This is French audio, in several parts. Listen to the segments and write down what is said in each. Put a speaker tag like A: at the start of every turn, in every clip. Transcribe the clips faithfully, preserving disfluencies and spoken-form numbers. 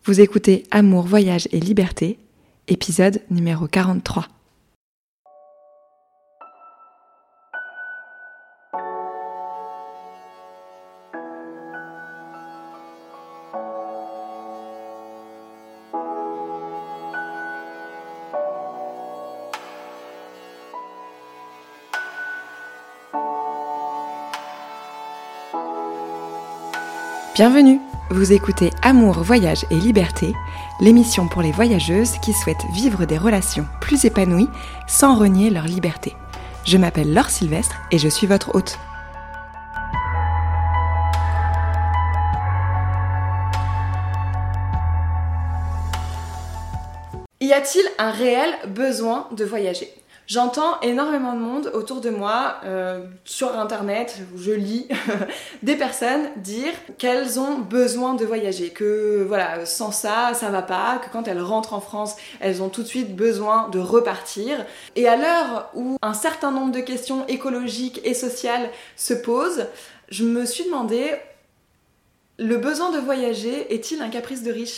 A: Vous écoutez Amour, Voyage et Liberté, épisode numéro quarante-trois. Bienvenue, vous écoutez Amour, Voyage et Liberté, l'émission pour les voyageuses qui souhaitent vivre des relations plus épanouies sans renier leur liberté. Je m'appelle Laure Sylvestre et je suis votre hôte. Y a-t-il un réel besoin de voyager ? J'entends énormément de monde autour de moi, euh, sur internet, où je lis, des personnes dire qu'elles ont besoin de voyager, que voilà, sans ça, ça va pas, que quand elles rentrent en France, elles ont tout de suite besoin de repartir. Et à l'heure où un certain nombre de questions écologiques et sociales se posent, je me suis demandé, le besoin de voyager est-il un caprice de riche ?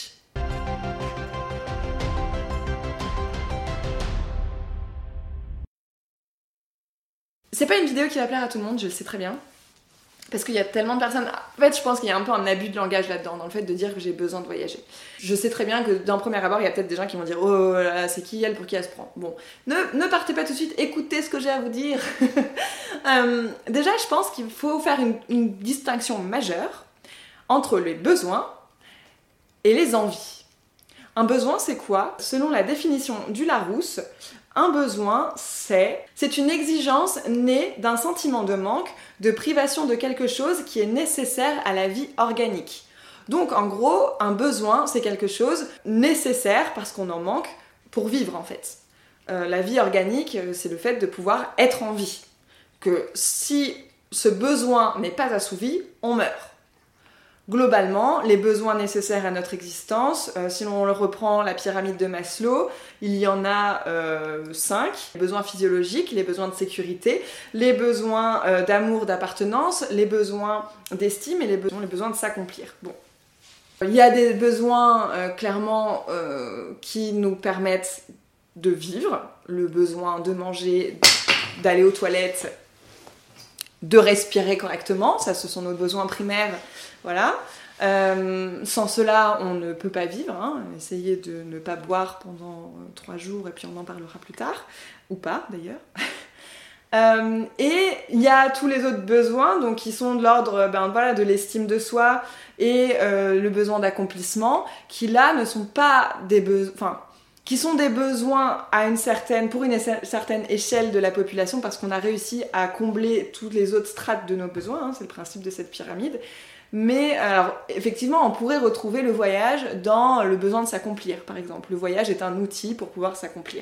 A: C'est pas une vidéo qui va plaire à tout le monde, je le sais très bien. Parce qu'il y a tellement de personnes... En fait, je pense qu'il y a un peu un abus de langage là-dedans, dans le fait de dire que j'ai besoin de voyager. Je sais très bien que d'un premier abord, il y a peut-être des gens qui vont dire « Oh là, c'est qui elle, pour qui elle se prend ?» Bon, ne, ne partez pas tout de suite, écoutez ce que j'ai à vous dire. euh, déjà, je pense qu'il faut faire une, une distinction majeure entre les besoins et les envies. Un besoin, c'est quoi ? Selon la définition du Larousse, un besoin, c'est, c'est une exigence née d'un sentiment de manque, de privation de quelque chose qui est nécessaire à la vie organique. Donc en gros, un besoin, c'est quelque chose nécessaire parce qu'on en manque pour vivre en fait. Euh, la vie organique, c'est le fait de pouvoir être en vie. Que si ce besoin n'est pas assouvi, on meurt. Globalement, les besoins nécessaires à notre existence, euh, si l'on reprend la pyramide de Maslow, il y en a euh, cinq. Les besoins physiologiques, les besoins de sécurité, les besoins euh, d'amour, d'appartenance, les besoins d'estime et les besoins, les besoins de s'accomplir. Bon. Il y a des besoins euh, clairement euh, qui nous permettent de vivre, le besoin de manger, d'aller aux toilettes, de respirer correctement, ça ce sont nos besoins primaires. Voilà. Euh, sans cela, on ne peut pas vivre. Hein. Essayez de ne pas boire pendant euh, trois jours et puis on en parlera plus tard. Ou pas, d'ailleurs. euh, et il y a tous les autres besoins donc, qui sont de l'ordre ben, voilà, de l'estime de soi et euh, le besoin d'accomplissement qui, là, ne sont pas des besoins... Enfin, qui sont des besoins à une certaine, pour une certaine échelle de la population parce qu'on a réussi à combler toutes les autres strates de nos besoins. Hein, c'est le principe de cette pyramide. Mais alors, effectivement, on pourrait retrouver le voyage dans le besoin de s'accomplir, par exemple. Le voyage est un outil pour pouvoir s'accomplir.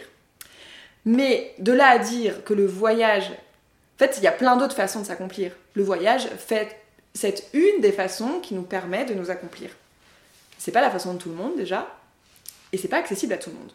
A: Mais de là à dire que le voyage... En fait, il y a plein d'autres façons de s'accomplir. Le voyage, fait, c'est une des façons qui nous permet de nous accomplir. C'est pas la façon de tout le monde, déjà, et c'est pas accessible à tout le monde.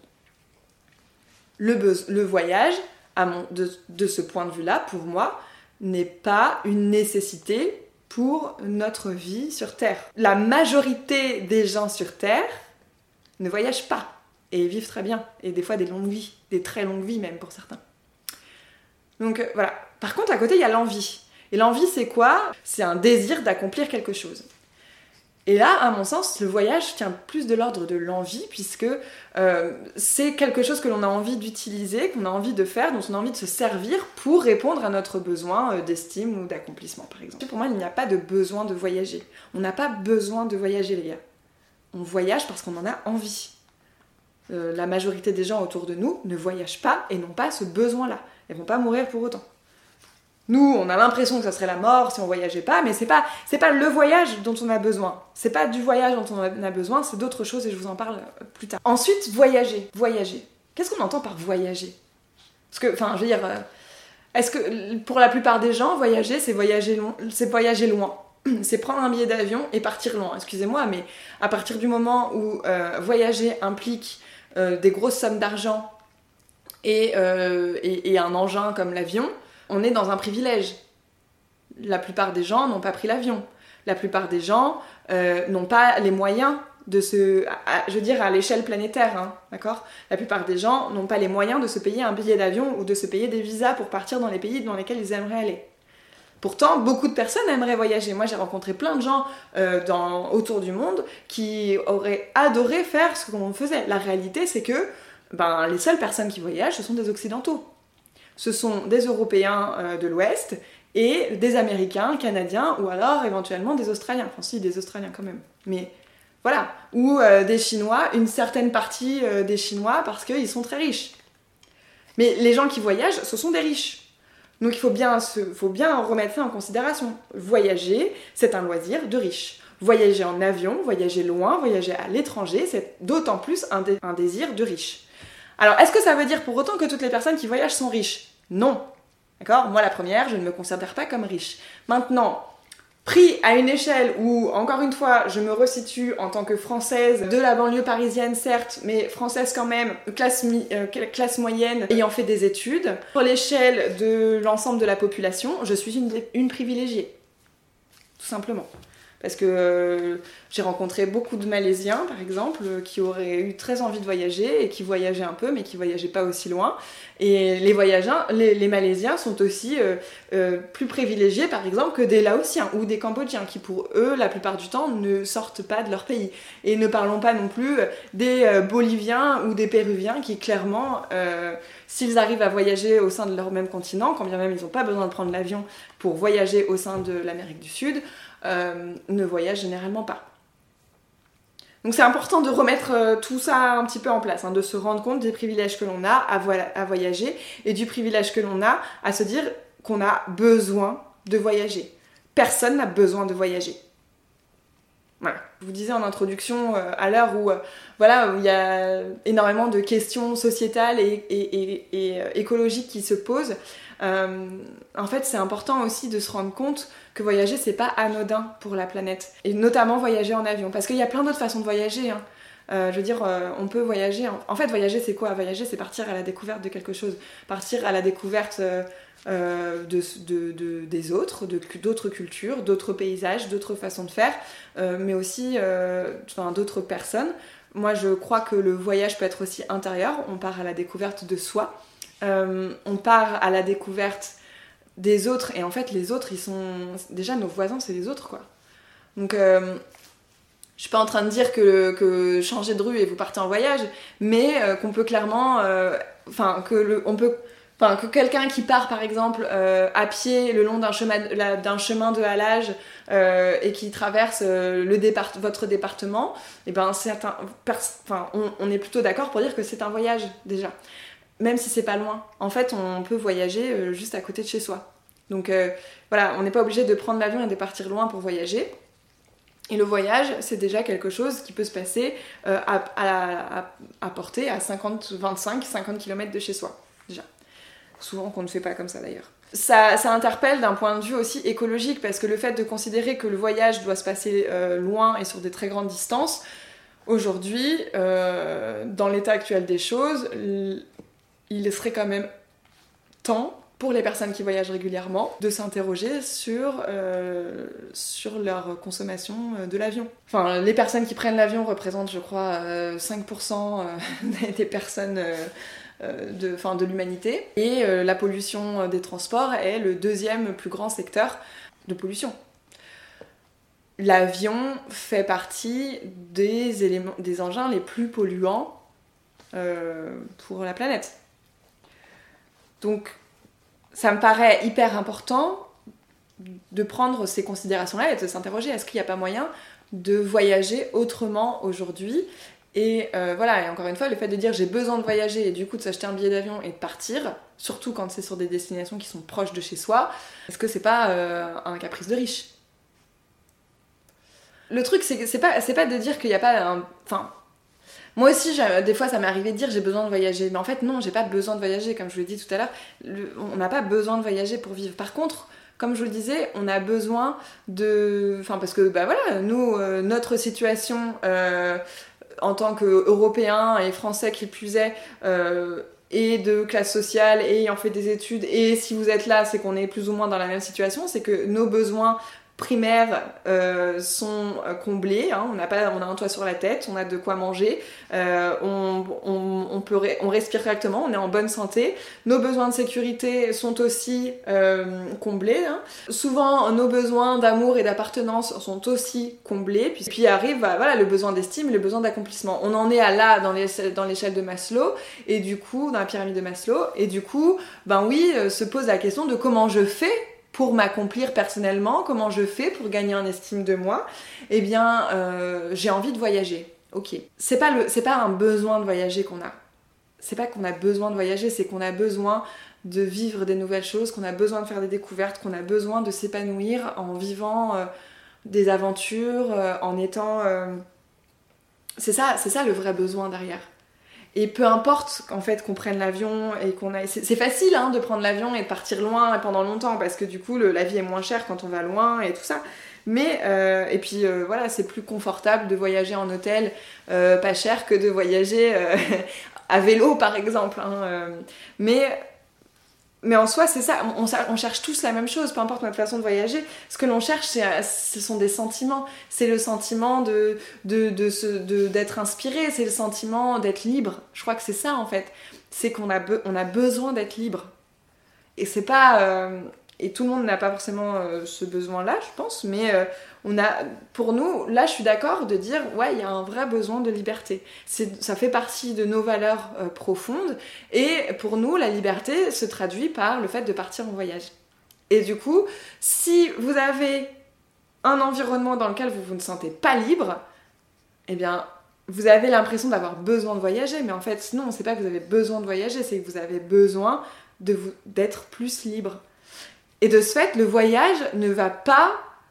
A: Le, be- le voyage, à mon, de, de ce point de vue-là, pour moi, n'est pas une nécessité pour notre vie sur Terre. La majorité des gens sur Terre ne voyagent pas et vivent très bien, et des fois des longues vies, des très longues vies même pour certains. Donc euh, voilà. Par contre, à côté, il y a l'envie. Et l'envie, c'est quoi ? C'est un désir d'accomplir quelque chose. Et là, à mon sens, le voyage tient plus de l'ordre de l'envie, puisque euh, c'est quelque chose que l'on a envie d'utiliser, qu'on a envie de faire, dont on a envie de se servir pour répondre à notre besoin euh, d'estime ou d'accomplissement, par exemple. Pour moi, il n'y a pas de besoin de voyager. On n'a pas besoin de voyager, les gars. On voyage parce qu'on en a envie. Euh, la majorité des gens autour de nous ne voyagent pas et n'ont pas ce besoin-là. Elles ne vont pas mourir pour autant. Nous, on a l'impression que ça serait la mort si on voyageait pas, mais c'est pas, c'est pas le voyage dont on a besoin. C'est pas du voyage dont on a besoin, c'est d'autres choses et je vous en parle plus tard. Ensuite, voyager. Voyager. Qu'est-ce qu'on entend par voyager ? Parce que, enfin, je veux dire, est-ce que pour la plupart des gens, voyager, c'est voyager loin, c'est voyager loin. C'est prendre un billet d'avion et partir loin. Excusez-moi, mais à partir du moment où euh, voyager implique euh, des grosses sommes d'argent et, euh, et, et un engin comme l'avion, on est dans un privilège. La plupart des gens n'ont pas pris l'avion. La plupart des gens euh, n'ont pas les moyens de se... À, je veux dire à l'échelle planétaire, hein, d'accord ? La plupart des gens n'ont pas les moyens de se payer un billet d'avion ou de se payer des visas pour partir dans les pays dans lesquels ils aimeraient aller. Pourtant, beaucoup de personnes aimeraient voyager. Moi, j'ai rencontré plein de gens euh, dans, autour du monde qui auraient adoré faire ce qu'on faisait. La réalité, c'est que ben, les seules personnes qui voyagent, ce sont des Occidentaux. Ce sont des Européens euh, de l'Ouest et des Américains, Canadiens, ou alors éventuellement des Australiens. Enfin si, des Australiens quand même. Mais voilà. Ou euh, des Chinois, une certaine partie euh, des Chinois, parce qu'ils sont très riches. Mais les gens qui voyagent, ce sont des riches. Donc il faut bien, se, faut bien remettre ça en considération. Voyager, c'est un loisir de riches. Voyager en avion, voyager loin, voyager à l'étranger, c'est d'autant plus un, dé- un désir de riches. Alors, est-ce que ça veut dire pour autant que toutes les personnes qui voyagent sont riches ? Non. D'accord ? Moi, la première, je ne me considère pas comme riche. Maintenant, pris à une échelle où, encore une fois, je me resitue en tant que Française de la banlieue parisienne, certes, mais Française quand même, classe, mi- euh, classe moyenne, ayant fait des études, pour l'échelle de l'ensemble de la population, je suis une, une privilégiée. Tout simplement. Parce que euh, j'ai rencontré beaucoup de Malaisiens, par exemple, euh, qui auraient eu très envie de voyager et qui voyageaient un peu, mais qui voyageaient pas aussi loin. Et les, voyageurs, les, les Malaisiens sont aussi euh, euh, plus privilégiés, par exemple, que des Laotiens ou des Cambodgiens, qui pour eux, la plupart du temps, ne sortent pas de leur pays. Et ne parlons pas non plus des euh, Boliviens ou des Péruviens qui, clairement, euh, s'ils arrivent à voyager au sein de leur même continent, quand bien même ils n'ont pas besoin de prendre l'avion pour voyager au sein de l'Amérique du Sud, Euh, ne voyagent généralement pas. Donc c'est important de remettre euh, tout ça un petit peu en place, hein, de se rendre compte des privilèges que l'on a à, vo- à voyager et du privilège que l'on a à se dire qu'on a besoin de voyager. Personne n'a besoin de voyager. Voilà. Je vous disais en introduction, euh, à l'heure où euh, voilà, où il y a énormément de questions sociétales et, et, et, et euh, écologiques qui se posent, euh, en fait c'est important aussi de se rendre compte que voyager c'est pas anodin pour la planète, et notamment voyager en avion, parce qu'il y a plein d'autres façons de voyager, hein. Euh, je veux dire, euh, on peut voyager, en... en fait voyager c'est quoi ? Voyager c'est partir à la découverte de quelque chose, partir à la découverte euh, euh, de, de, de, des autres, de, d'autres cultures, d'autres paysages, d'autres façons de faire, euh, mais aussi euh, enfin, d'autres personnes. Moi je crois que le voyage peut être aussi intérieur, on part à la découverte de soi, euh, on part à la découverte des autres, et en fait les autres ils sont déjà nos voisins, c'est les autres quoi. Donc euh, je suis pas en train de dire que, que changer de rue et vous partez en voyage, mais euh, qu'on peut clairement enfin euh, que le on peut enfin que quelqu'un qui part par exemple euh, à pied le long d'un chemin la, d'un chemin de halage euh, et qui traverse euh, le départ votre département, et ben c'est un enfin on, on est plutôt d'accord pour dire que c'est un voyage déjà. Même si c'est pas loin. En fait, on peut voyager euh, juste à côté de chez soi. Donc euh, voilà, on n'est pas obligé de prendre l'avion et de partir loin pour voyager. Et le voyage, c'est déjà quelque chose qui peut se passer euh, à, à, à, à portée à cinquante, vingt-cinq, cinquante kilomètres de chez soi, déjà. Souvent qu'on ne fait pas comme ça d'ailleurs. Ça, ça interpelle d'un point de vue aussi écologique, parce que le fait de considérer que le voyage doit se passer euh, loin et sur des très grandes distances, aujourd'hui, euh, dans l'état actuel des choses, il serait quand même temps pour les personnes qui voyagent régulièrement de s'interroger sur, euh, sur leur consommation de l'avion. Enfin, les personnes qui prennent l'avion représentent, je crois, euh, cinq pour cent des personnes euh, de, enfin, de l'humanité. Et euh, la pollution des transports est le deuxième plus grand secteur de pollution. L'avion fait partie des, éléments, des engins les plus polluants euh, pour la planète. Donc, ça me paraît hyper important de prendre ces considérations-là et de s'interroger, est-ce qu'il n'y a pas moyen de voyager autrement aujourd'hui ? Et euh, voilà, et encore une fois, le fait de dire j'ai besoin de voyager et du coup de s'acheter un billet d'avion et de partir, surtout quand c'est sur des destinations qui sont proches de chez soi, est-ce que c'est pas euh, un caprice de riche ? Le truc, c'est, c'est, pas, c'est pas de dire qu'il n'y a pas un... Enfin, moi aussi, des fois, ça m'est arrivé de dire j'ai besoin de voyager. Mais en fait, non, j'ai pas besoin de voyager. Comme je vous l'ai dit tout à l'heure, le, on n'a pas besoin de voyager pour vivre. Par contre, comme je vous le disais, on a besoin de... Enfin, parce que, bah voilà, nous, euh, notre situation euh, en tant qu'Européens et Français qui plus est, euh, et de classe sociale, et ayant fait des études, et si vous êtes là, c'est qu'on est plus ou moins dans la même situation, c'est que nos besoins primaires euh, sont comblés, hein. on, a pas, on a un toit sur la tête, on a de quoi manger, euh, on, on, on, peut, on respire correctement, on est en bonne santé, nos besoins de sécurité sont aussi euh, comblés, hein. Souvent nos besoins d'amour et d'appartenance sont aussi comblés, puis, puis arrive bah, voilà, le besoin d'estime et le besoin d'accomplissement. On en est à là dans, les, dans l'échelle de Maslow, et du coup, dans la pyramide de Maslow, et du coup, ben oui, euh, se pose la question de comment je fais pour m'accomplir personnellement, comment je fais pour gagner en estime de moi. Eh bien, euh, j'ai envie de voyager. Ok. C'est pas, le, c'est pas un besoin de voyager qu'on a. C'est pas qu'on a besoin de voyager, c'est qu'on a besoin de vivre des nouvelles choses, qu'on a besoin de faire des découvertes, qu'on a besoin de s'épanouir en vivant euh, des aventures, euh, en étant... Euh... C'est ça, c'est ça le vrai besoin derrière. Et peu importe en fait qu'on prenne l'avion et qu'on aille... C'est, c'est facile hein, de prendre l'avion et de partir loin et pendant longtemps parce que du coup le, la vie est moins chère quand on va loin et tout ça. Mais euh, et puis euh, voilà, c'est plus confortable de voyager en hôtel euh, pas cher que de voyager euh, à vélo par exemple. Hein, euh. Mais Mais en soi, c'est ça, on, on cherche tous la même chose, peu importe notre façon de voyager. Ce que l'on cherche, c'est, ce sont des sentiments. C'est le sentiment de, de, de se, de, d'être inspiré, c'est le sentiment d'être libre. Je crois que c'est ça, en fait. C'est qu'on a, be, on a besoin d'être libre. Et c'est pas... Euh, et tout le monde n'a pas forcément euh, ce besoin-là, je pense, mais euh, on a, pour nous, là, je suis d'accord de dire, ouais, il y a un vrai besoin de liberté. C'est, ça fait partie de nos valeurs euh, profondes, et pour nous, la liberté se traduit par le fait de partir en voyage. Et du coup, si vous avez un environnement dans lequel vous, vous ne sentez pas libre, eh bien, vous avez l'impression d'avoir besoin de voyager, mais en fait, non, c'est pas que vous avez besoin de voyager, c'est que vous avez besoin de vous, d'être plus libre. Et de ce fait, le voyage ne va pas...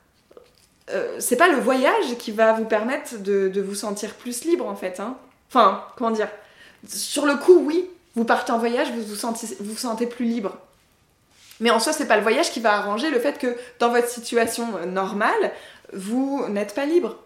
A: Euh, c'est pas le voyage qui va vous permettre de, de vous sentir plus libre, en fait. Hein. Enfin, comment dire ? Sur le coup, oui, vous partez en voyage, vous vous sentez, vous vous sentez plus libre. Mais en soi, c'est pas le voyage qui va arranger le fait que, dans votre situation normale, vous n'êtes pas libre.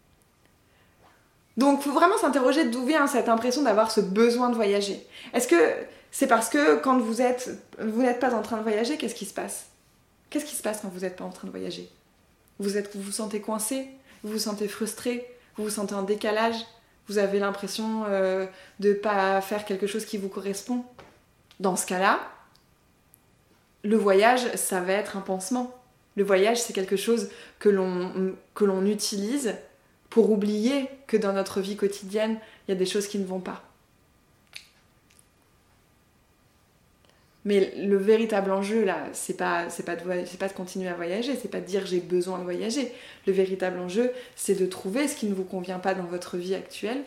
A: Donc, il faut vraiment s'interroger d'où vient cette impression d'avoir ce besoin de voyager. Est-ce que c'est parce que quand vous êtes, vous n'êtes pas en train de voyager, qu'est-ce qui se passe ? Qu'est-ce qui se passe quand vous n'êtes pas en train de voyager ? Vous êtes, vous vous sentez coincé ? Vous vous sentez frustré ? Vous vous sentez en décalage ? Vous avez l'impression euh, de ne pas faire quelque chose qui vous correspond ? Dans ce cas-là, le voyage, ça va être un pansement. Le voyage, c'est quelque chose que l'on, que l'on utilise pour oublier que dans notre vie quotidienne, il y a des choses qui ne vont pas. Mais le véritable enjeu, là, c'est pas, c'est pas de, c'est pas de continuer à voyager, c'est pas de dire j'ai besoin de voyager. Le véritable enjeu, c'est de trouver ce qui ne vous convient pas dans votre vie actuelle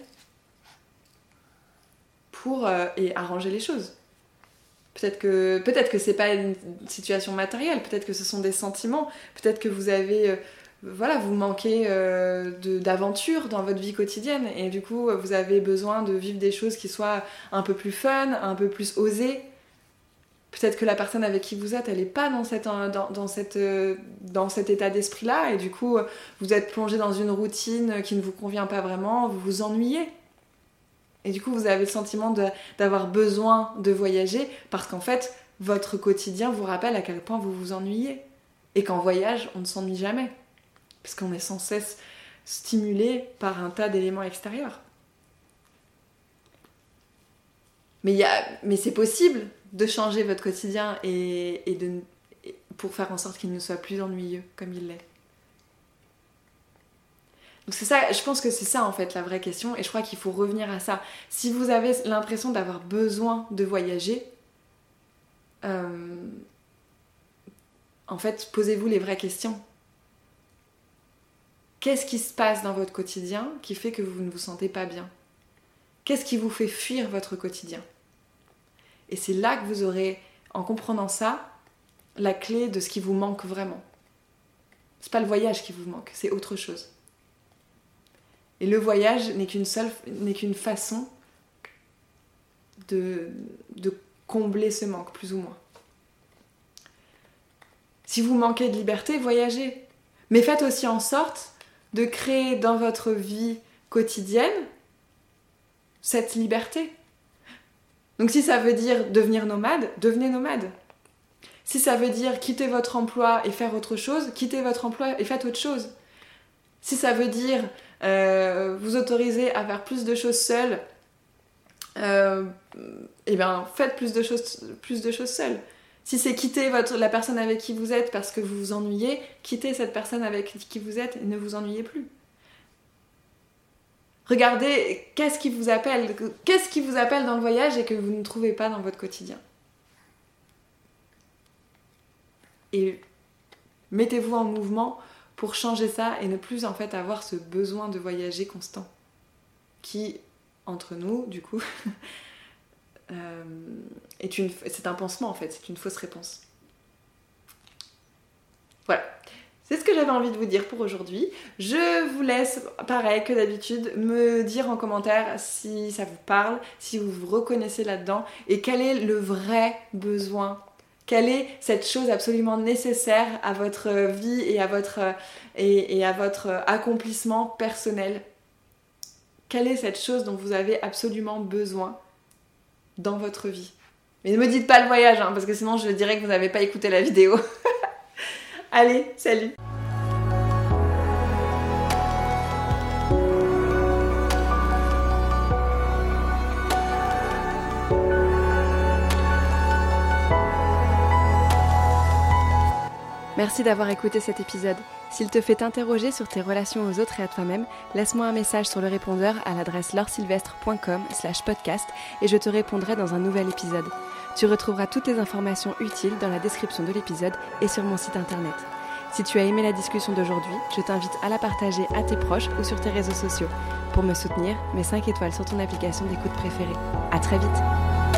A: pour euh, et arranger les choses. Peut-être que, peut-être que c'est pas une situation matérielle, peut-être que ce sont des sentiments, peut-être que vous avez... Euh, voilà, vous manquez euh, de, d'aventure dans votre vie quotidienne et du coup, vous avez besoin de vivre des choses qui soient un peu plus fun, un peu plus osées. Peut-être que la personne avec qui vous êtes, elle n'est pas dans, cette, dans, dans, cette, dans cet état d'esprit-là et du coup, vous êtes plongé dans une routine qui ne vous convient pas vraiment, vous vous ennuyez. Et du coup, vous avez le sentiment de, d'avoir besoin de voyager parce qu'en fait, votre quotidien vous rappelle à quel point vous vous ennuyez. Et qu'en voyage, on ne s'ennuie jamais. Parce qu'on est sans cesse stimulé par un tas d'éléments extérieurs. Mais, y a, mais c'est possible de changer votre quotidien et, et de, et pour faire en sorte qu'il ne soit plus ennuyeux comme il l'est. Donc c'est ça, je pense que c'est ça en fait la vraie question et je crois qu'il faut revenir à ça. Si vous avez l'impression d'avoir besoin de voyager, euh, en fait, posez-vous les vraies questions. Qu'est-ce qui se passe dans votre quotidien qui fait que vous ne vous sentez pas bien ? Qu'est-ce qui vous fait fuir votre quotidien ? Et c'est là que vous aurez, en comprenant ça, la clé de ce qui vous manque vraiment. C'est pas le voyage qui vous manque, c'est autre chose. Et le voyage n'est qu'une seule, n'est qu'une façon de, de combler ce manque, plus ou moins. Si vous manquez de liberté, voyagez. Mais faites aussi en sorte de créer dans votre vie quotidienne cette liberté. Donc si ça veut dire devenir nomade, devenez nomade. Si ça veut dire quitter votre emploi et faire autre chose, quittez votre emploi et faites autre chose. Si ça veut dire euh, vous autoriser à faire plus de choses seul, euh, eh bien faites plus de choses, plus de choses seul. Si c'est quitter votre, la personne avec qui vous êtes parce que vous vous ennuyez, quittez cette personne avec qui vous êtes et ne vous ennuyez plus. Regardez qu'est-ce qui vous appelle, qu'est-ce qui vous appelle dans le voyage et que vous ne trouvez pas dans votre quotidien. Et mettez-vous en mouvement pour changer ça et ne plus en fait avoir ce besoin de voyager constant qui, entre nous, du coup, euh, est une, c'est un pansement en fait, c'est une fausse réponse. Voilà, c'est ce que j'avais envie de vous dire pour aujourd'hui. Je vous laisse, pareil que d'habitude, me dire en commentaire si ça vous parle, si vous vous reconnaissez là-dedans et quel est le vrai besoin. Quelle est cette chose absolument nécessaire à votre vie et à votre, et, et à votre accomplissement personnel? Quelle est cette chose dont vous avez absolument besoin dans votre vie? Mais ne me dites pas le voyage, hein, parce que sinon je dirais que vous n'avez pas écouté la vidéo. Allez, salut! Merci d'avoir écouté cet épisode. S'il te fait t'interroger sur tes relations aux autres et à toi-même, laisse-moi un message sur le répondeur à l'adresse lauresylvestre point com slash podcast et je te répondrai dans un nouvel épisode. Tu retrouveras toutes les informations utiles dans la description de l'épisode et sur mon site internet. Si tu as aimé la discussion d'aujourd'hui, je t'invite à la partager à tes proches ou sur tes réseaux sociaux. Pour me soutenir, mets cinq étoiles sur ton application d'écoute préférée. À très vite!